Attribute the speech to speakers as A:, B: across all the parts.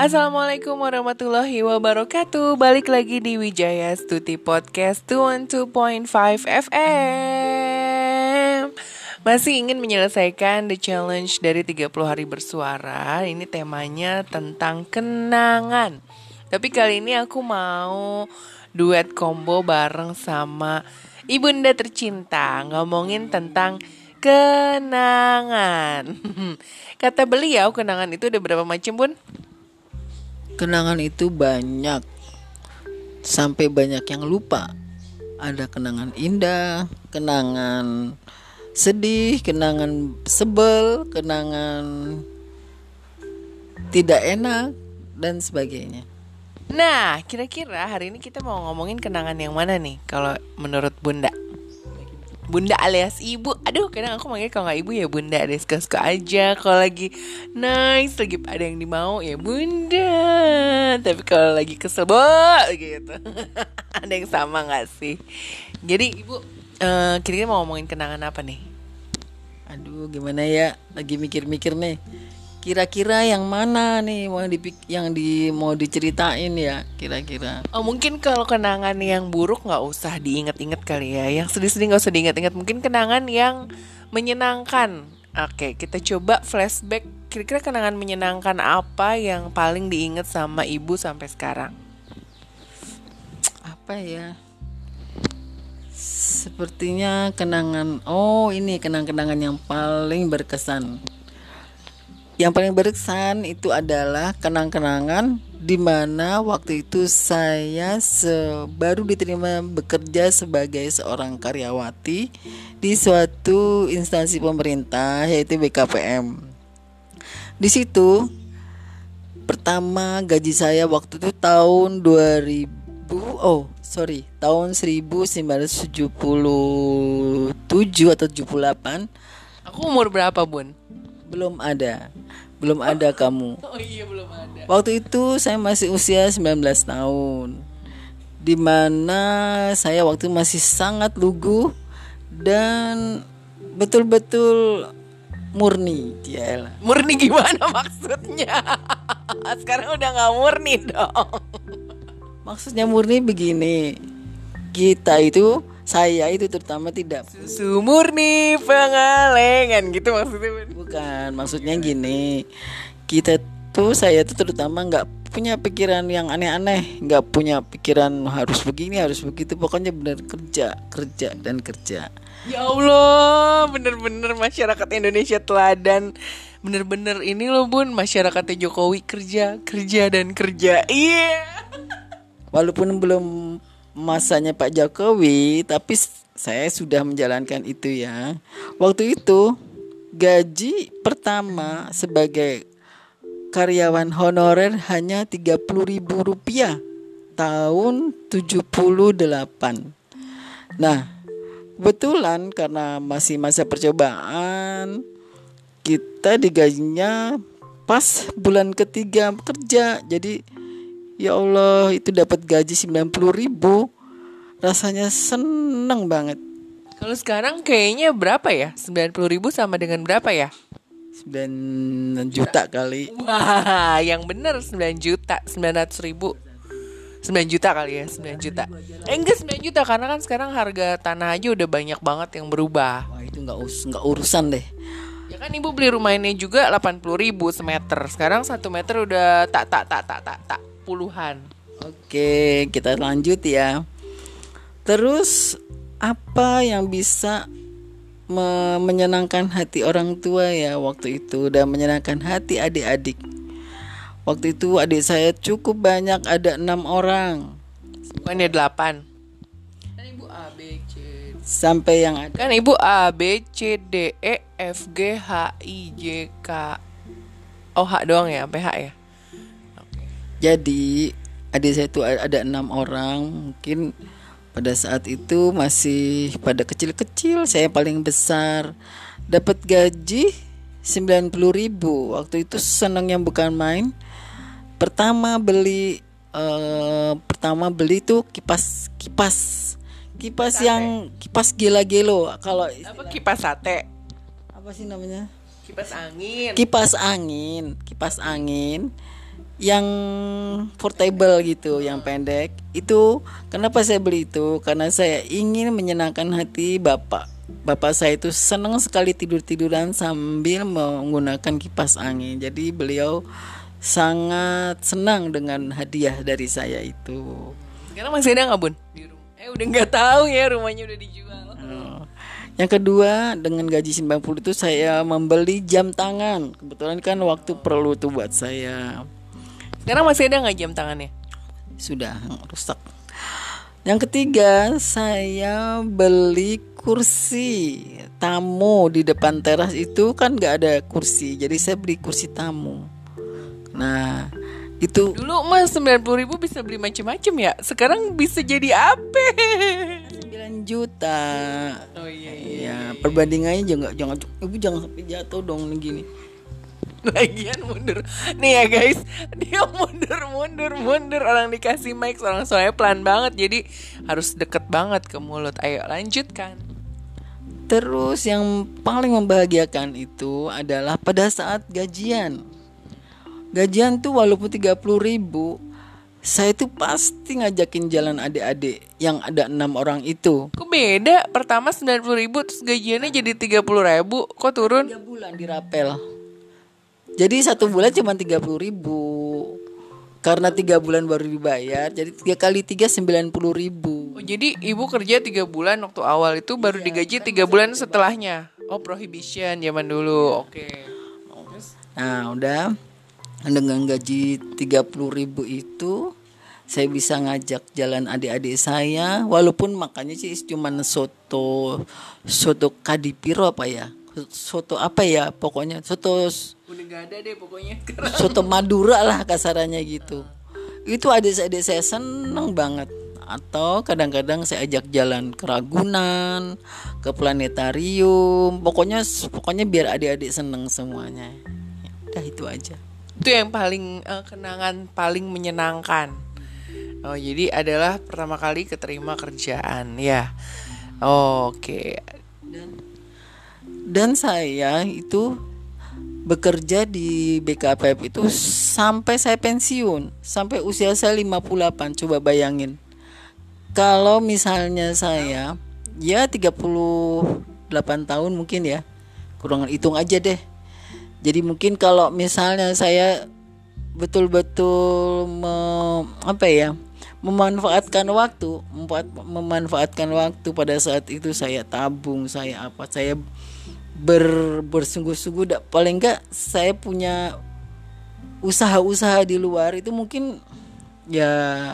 A: Assalamualaikum warahmatullahi wabarakatuh. Balik lagi di Wijaya Stuti Podcast 212.5 FM. Masih ingin menyelesaikan The Challenge dari 30 hari bersuara. Ini temanya tentang kenangan. Tapi kali ini aku mau duet combo bareng sama Ibunda tercinta, ngomongin tentang kenangan. Kata beliau, kenangan itu ada berapa macam, Bun?
B: Kenangan itu banyak, sampai banyak yang lupa. Ada kenangan indah, kenangan sedih, kenangan sebel, kenangan tidak enak, dan sebagainya.
A: Nah, kira-kira hari ini kita mau ngomongin kenangan yang mana nih? Kalau menurut Bunda? Bunda alias ibu. Aduh, kadang aku manggil kalau gak ibu ya Bunda. Ada suka-suka aja. Kalau lagi nice, lagi ada yang dimau ya Bunda. Tapi kalau lagi kesel gitu. Ada yang sama gak sih? Jadi ibu kira-kira mau ngomongin kenangan apa nih?
B: Aduh, gimana ya? Lagi mikir-mikir nih. Kira-kira yang mana nih mau diceritain ya kira-kira.
A: Oh, mungkin kalau kenangan yang buruk nggak usah diingat-ingat kali ya. Yang sedih-sedih nggak usah diingat-ingat. Mungkin kenangan yang menyenangkan. Oke, kita coba flashback. Kira-kira kenangan menyenangkan apa yang paling diingat sama ibu sampai sekarang?
B: Apa ya? Sepertinya kenangan-kenangan yang paling berkesan. Yang paling berkesan itu adalah kenang-kenangan di mana waktu itu saya baru diterima bekerja sebagai seorang karyawati di suatu instansi pemerintah yaitu BKPM. Di situ pertama gaji saya waktu itu tahun 1977 atau 78.
A: Aku umur berapa, Bun?
B: Belum ada kamu.
A: Oh iya, belum ada.
B: Waktu itu saya masih usia 19 tahun. Dimana saya waktu masih sangat lugu dan betul-betul murni. Yaelah.
A: Murni gimana maksudnya? Sekarang udah gak murni dong.
B: Maksudnya murni begini. Saya itu terutama tidak
A: susu murni pengalengan gitu maksudnya.
B: Bukan, maksudnya gini. Saya tuh terutama gak punya pikiran yang aneh-aneh, gak punya pikiran harus begini, harus begitu. Pokoknya benar kerja.
A: Ya Allah, bener-bener masyarakat Indonesia teladan. Bener-bener ini loh Bun, masyarakatnya Jokowi kerja. Iya.
B: Walaupun belum masanya Pak Jokowi, tapi saya sudah menjalankan itu ya. Waktu itu gaji pertama sebagai karyawan honorer hanya Rp30.000 tahun 78. Nah, kebetulan karena masih masa percobaan, kita digajinya pas bulan ketiga kerja. Jadi ya Allah, itu dapat gaji 90.000. Rasanya seneng banget.
A: Kalau sekarang kayaknya berapa ya? 90.000 sama dengan berapa ya?
B: 9 juta kali.
A: Wah, yang bener 9 juta 900.000. 9 juta kali ya, 9 juta. Enggak 9 juta karena kan sekarang harga tanah aja udah banyak banget yang berubah.
B: Wah, itu enggak urusan deh.
A: Ya kan ibu beli rumah ini juga 80.000 semeter. Sekarang 1 meter udah tak puluhan.
B: Oke, kita lanjut ya. Terus apa yang bisa menyenangkan hati orang tua ya waktu itu dan menyenangkan hati adik-adik. Waktu itu adik saya cukup banyak, ada 6 orang.
A: Bukannya 8. Kan ibu A B C
B: sampai yang ada.
A: Kan ibu A B C D E F G H I J K. Oh, H doang ya, sampai H ya.
B: Jadi adik saya itu ada 6 orang. Mungkin pada saat itu masih pada kecil-kecil. Saya paling besar, dapat gaji 90.000. Waktu itu senang yang bukan main. Pertama beli tuh kipas gelo. Kalau
A: apa kipas sate?
B: Apa sih namanya?
A: Kipas angin.
B: Kipas angin yang portable gitu, yang pendek. Itu kenapa saya beli itu? Karena saya ingin menyenangkan hati bapak. Bapak saya itu senang sekali tidur-tiduran sambil menggunakan kipas angin. Jadi beliau sangat senang dengan hadiah dari saya itu.
A: Sekarang masih ada nggak Bun di rumah? Udah nggak tahu ya, rumahnya udah dijual.
B: Yang kedua, dengan gaji 90 itu saya membeli jam tangan. Kebetulan kan waktu perlu tuh buat saya.
A: Sekarang masih ada nggak jam tangannya?
B: Sudah rusak. Yang ketiga, saya beli kursi tamu di depan teras itu kan nggak ada kursi, jadi saya beli kursi tamu. Nah, itu
A: dulu mas 90.000 bisa beli macam-macam ya. Sekarang bisa jadi apa?
B: 9 juta.
A: Oh iya.
B: Ya, perbandingannya jangan ibu jangan sampai jatuh dong gini.
A: Lagian mundur. Nih ya guys, dia mundur. Orang dikasih mic, orang soalnya pelan banget, jadi harus deket banget ke mulut. Ayo lanjutkan.
B: Terus yang paling membahagiakan itu adalah pada saat gajian. Gajian tuh walaupun 30.000, saya tuh pasti ngajakin jalan adik-adik yang ada 6 orang itu.
A: Kok beda? Pertama 90.000, terus gajiannya jadi 30.000. Kok turun?
B: 3 bulan dirapel. Jadi 1 bulan cuma 30.000. Karena 3 bulan baru dibayar, jadi 3 kali 3 90.000.
A: Oh, jadi ibu kerja 3 bulan waktu awal itu, baru digaji 3 bulan setelahnya. Oh, prohibition zaman dulu. Oke.
B: Nah udah, dengan gaji 30.000 itu saya bisa ngajak jalan adik-adik saya. Walaupun makannya sih cuma soto kadipiro apa ya, soto apa ya, pokoknya soto
A: udah gak ada deh pokoknya.
B: soto Madura lah kasarannya gitu. Itu adik-adik saya seneng banget. Atau kadang-kadang saya ajak jalan ke Ragunan, ke planetarium. Pokoknya biar adik-adik seneng semuanya. Ya, udah itu aja.
A: Itu yang paling kenangan paling menyenangkan. Oh, jadi adalah pertama kali keterima kerjaan ya. Oke.
B: Dan saya itu bekerja di BKPF itu sampai saya pensiun, sampai usia saya 58. Coba bayangin. Kalau misalnya saya ya 38 tahun mungkin ya. Kurang hitung aja deh. Jadi mungkin kalau misalnya saya betul-betul memanfaatkan waktu pada saat itu, saya tabung, saya bersungguh-sungguh, paling enggak saya punya usaha-usaha di luar itu mungkin ya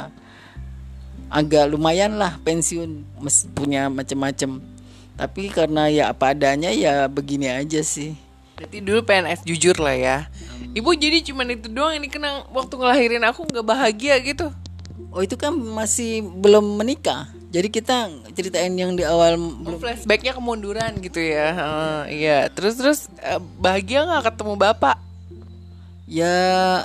B: agak lumayan lah pensiun, punya macam-macam. Tapi karena ya apa adanya ya begini aja sih.
A: Berarti dulu PNS jujur lah ya. Ibu jadi cuman itu doang yang dikenang waktu ngelahirin aku, nggak bahagia gitu?
B: Oh itu kan masih belum menikah. Jadi kita ceritain yang di awal belum.
A: Flashbacknya kemunduran gitu ya. Iya. Terus bahagia nggak ketemu bapak?
B: Ya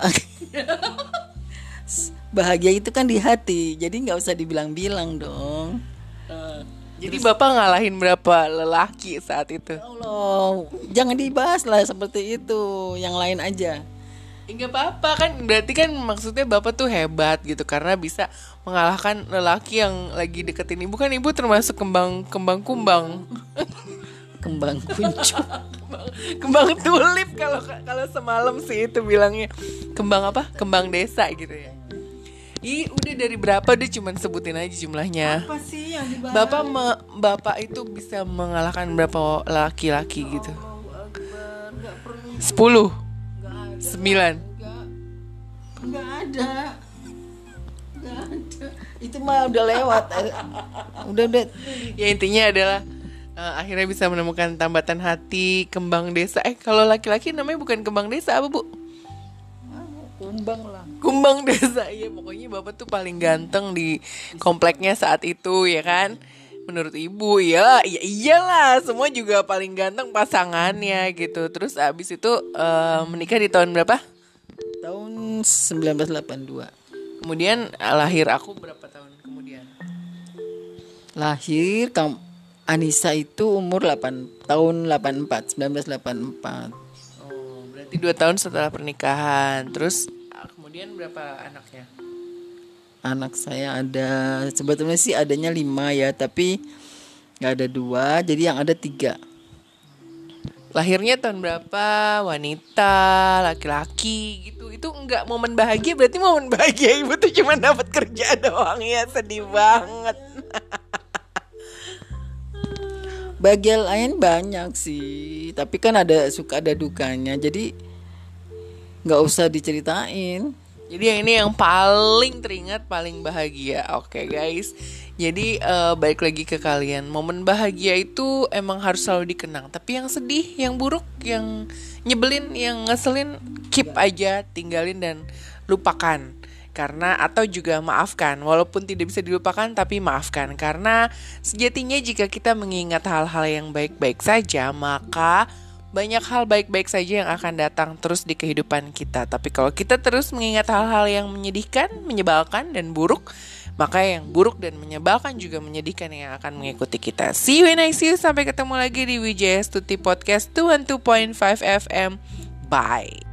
B: bahagia itu kan di hati. Jadi nggak usah dibilang-bilang dong.
A: Jadi bapak ngalahin berapa lelaki saat itu?
B: Ya Allah, jangan dibahas lah seperti itu. Yang lain aja.
A: Enggak apa-apa kan, berarti kan maksudnya bapak tuh hebat gitu karena bisa mengalahkan lelaki yang lagi deketin ibu. Kan ibu termasuk kembang kumbang.
B: Kembang kuncup.
A: Kembang tulip kalau semalam sih itu bilangnya. Kembang apa? Kembang desa gitu ya. Udah dari berapa deh, cuman sebutin aja jumlahnya.
B: Apa sih yang dibahas?
A: Bapak itu bisa mengalahkan berapa laki-laki gitu? 10, 9.
B: Nggak ada. Itu mah udah lewat. Udah.
A: Ya intinya adalah akhirnya bisa menemukan tambatan hati, kembang desa. Kalau laki-laki namanya bukan kembang desa apa bu?
B: Kumbang lah.
A: Kumbang desa. Iya, pokoknya bapak tuh paling ganteng di kompleknya saat itu ya kan. Menurut ibu iyalah semua juga paling ganteng pasangannya gitu. Terus abis itu menikah di tahun berapa?
B: Tahun 1982.
A: Kemudian lahir aku berapa tahun kemudian?
B: Lahir Anissa itu umur 8 tahun 1984.
A: Oh, berarti 2 tahun setelah pernikahan. Terus kemudian Kemudian berapa anaknya?
B: Anak saya ada, sebetulnya sih adanya 5 ya, tapi nggak ada 2, jadi yang ada 3.
A: Lahirnya tahun berapa? Wanita, laki-laki gitu. Itu enggak momen bahagia, berarti momen bahagia ibu tuh cuma dapat kerja doang ya. Sedih banget.
B: Bagian lain banyak sih, tapi kan suka ada dukanya, jadi nggak usah diceritain.
A: Jadi yang ini yang paling teringat, paling bahagia. Oke guys. Jadi balik lagi ke kalian. Momen bahagia itu emang harus selalu dikenang. Tapi yang sedih, yang buruk, yang nyebelin, yang ngeselin, keep aja, tinggalin dan lupakan. Karena atau juga maafkan. Walaupun tidak bisa dilupakan tapi maafkan. Karena sejatinya jika kita mengingat hal-hal yang baik-baik saja, maka banyak hal baik-baik saja yang akan datang terus di kehidupan kita. Tapi kalau kita terus mengingat hal-hal yang menyedihkan, menyebalkan, dan buruk, maka yang buruk dan menyebalkan juga menyedihkan yang akan mengikuti kita. See you and I see you. Sampai ketemu lagi di WJS Tuti Podcast 212.5 FM. Bye.